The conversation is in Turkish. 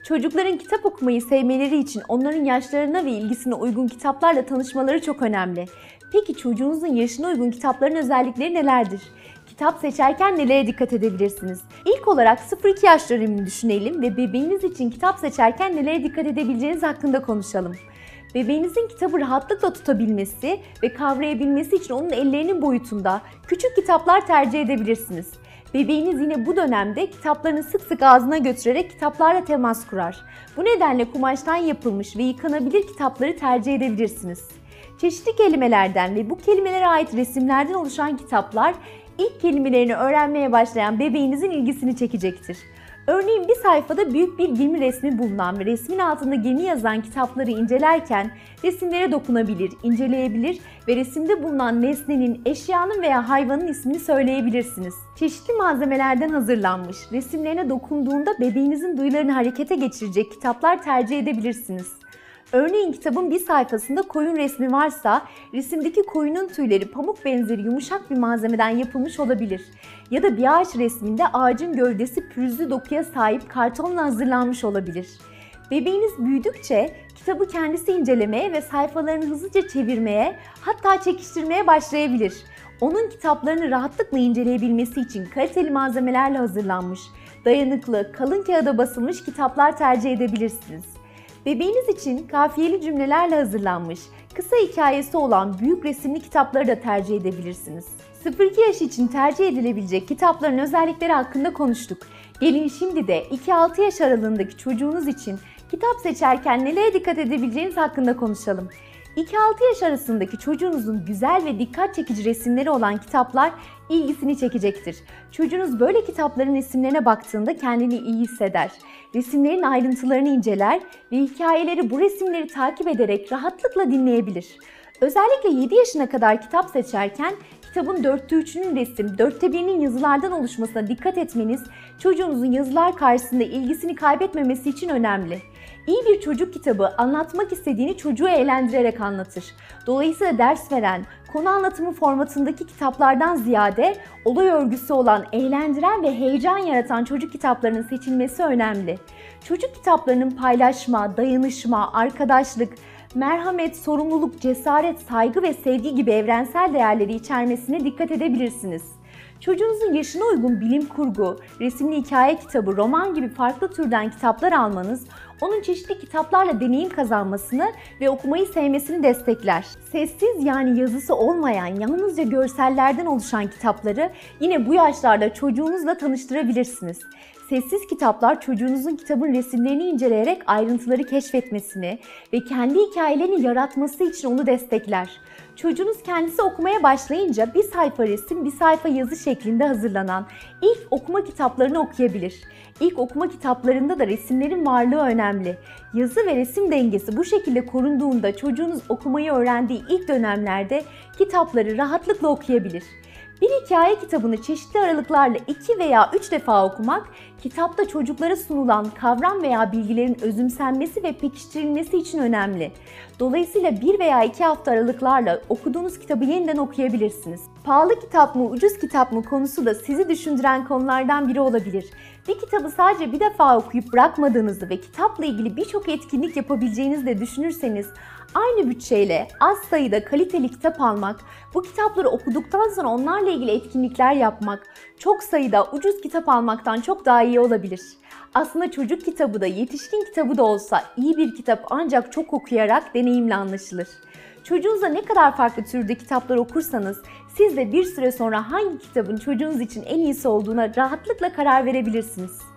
Çocukların kitap okumayı sevmeleri için onların yaşlarına ve ilgisine uygun kitaplarla tanışmaları çok önemli. Peki çocuğunuzun yaşına uygun kitapların özellikleri nelerdir? Kitap seçerken nelere dikkat edebilirsiniz? İlk olarak 0-2 yaş dönemini düşünelim ve bebeğiniz için kitap seçerken nelere dikkat edebileceğiniz hakkında konuşalım. Bebeğinizin kitabı rahatlıkla tutabilmesi ve kavrayabilmesi için onun ellerinin boyutunda küçük kitaplar tercih edebilirsiniz. Bebeğiniz yine bu dönemde kitaplarını sık sık ağzına götürerek kitaplarla temas kurar. Bu nedenle kumaştan yapılmış ve yıkanabilir kitapları tercih edebilirsiniz. Çeşitli kelimelerden ve bu kelimelere ait resimlerden oluşan kitaplar ilk kelimelerini öğrenmeye başlayan bebeğinizin ilgisini çekecektir. Örneğin bir sayfada büyük bir gemi resmi bulunan ve resmin altında gemi yazan kitapları incelerken resimlere dokunabilir, inceleyebilir ve resimde bulunan nesnenin, eşyanın veya hayvanın ismini söyleyebilirsiniz. Çeşitli malzemelerden hazırlanmış, resimlerine dokunduğunda bebeğinizin duyularını harekete geçirecek kitaplar tercih edebilirsiniz. Örneğin kitabın bir sayfasında koyun resmi varsa, resimdeki koyunun tüyleri pamuk benzeri yumuşak bir malzemeden yapılmış olabilir. Ya da bir ağaç resminde ağacın gövdesi pürüzlü dokuya sahip kartonla hazırlanmış olabilir. Bebeğiniz büyüdükçe kitabı kendisi incelemeye ve sayfalarını hızlıca çevirmeye, hatta çekiştirmeye başlayabilir. Onun kitaplarını rahatlıkla inceleyebilmesi için kaliteli malzemelerle hazırlanmış, dayanıklı, kalın kağıda basılmış kitaplar tercih edebilirsiniz. Bebeğiniz için kafiyeli cümlelerle hazırlanmış, kısa hikayesi olan büyük resimli kitapları da tercih edebilirsiniz. 0-2 yaş için tercih edilebilecek kitapların özellikleri hakkında konuştuk. Gelin şimdi de 2-6 yaş aralığındaki çocuğunuz için kitap seçerken nelere dikkat edebileceğiniz hakkında konuşalım. 2-6 yaş arasındaki çocuğunuzun güzel ve dikkat çekici resimleri olan kitaplar ilgisini çekecektir. Çocuğunuz böyle kitapların resimlerine baktığında kendini iyi hisseder. Resimlerin ayrıntılarını inceler ve hikayeleri bu resimleri takip ederek rahatlıkla dinleyebilir. Özellikle 7 yaşına kadar kitap seçerken kitabın 3'ünün resim, 1'inin yazılardan oluşmasına dikkat etmeniz çocuğunuzun yazılar karşısında ilgisini kaybetmemesi için önemli. İyi bir çocuk kitabı anlatmak istediğini çocuğu eğlendirerek anlatır. Dolayısıyla ders veren, konu anlatımı formatındaki kitaplardan ziyade olay örgüsü olan, eğlendiren ve heyecan yaratan çocuk kitaplarının seçilmesi önemli. Çocuk kitaplarının paylaşma, dayanışma, arkadaşlık, merhamet, sorumluluk, cesaret, saygı ve sevgi gibi evrensel değerleri içermesine dikkat edebilirsiniz. Çocuğunuzun yaşına uygun bilim kurgu, resimli hikaye kitabı, roman gibi farklı türden kitaplar almanız, onun çeşitli kitaplarla deneyim kazanmasını ve okumayı sevmesini destekler. Sessiz yani yazısı olmayan, yalnızca görsellerden oluşan kitapları yine bu yaşlarda çocuğunuzla tanıştırabilirsiniz. Sessiz kitaplar çocuğunuzun kitabın resimlerini inceleyerek ayrıntıları keşfetmesini ve kendi hikayelerini yaratması için onu destekler. Çocuğunuz kendisi okumaya başlayınca bir sayfa resim, bir sayfa yazı şeklinde hazırlanan ilk okuma kitaplarını okuyabilir. İlk okuma kitaplarında da resimlerin varlığı önemli. Yazı ve resim dengesi bu şekilde korunduğunda çocuğunuz okumayı öğrendiği ilk dönemlerde kitapları rahatlıkla okuyabilir. Bir hikaye kitabını çeşitli aralıklarla 2 veya 3 defa okumak, kitapta çocuklara sunulan kavram veya bilgilerin özümsenmesi ve pekiştirilmesi için önemli. Dolayısıyla 1 veya 2 hafta aralıklarla okuduğunuz kitabı yeniden okuyabilirsiniz. Pahalı kitap mı, ucuz kitap mı konusu da sizi düşündüren konulardan biri olabilir. Bir kitabı sadece bir defa okuyup bırakmadığınızı ve kitapla ilgili birçok etkinlik yapabileceğinizi de düşünürseniz, aynı bütçeyle az sayıda kaliteli kitap almak, bu kitapları okuduktan sonra onlarla ilgili etkinlikler yapmak, çok sayıda ucuz kitap almaktan çok daha iyi olabilir. Aslında çocuk kitabı da yetişkin kitabı da olsa iyi bir kitap ancak çok okuyarak deneyimle anlaşılır. Çocuğunuzla ne kadar farklı türde kitaplar okursanız siz de bir süre sonra hangi kitabın çocuğunuz için en iyisi olduğuna rahatlıkla karar verebilirsiniz.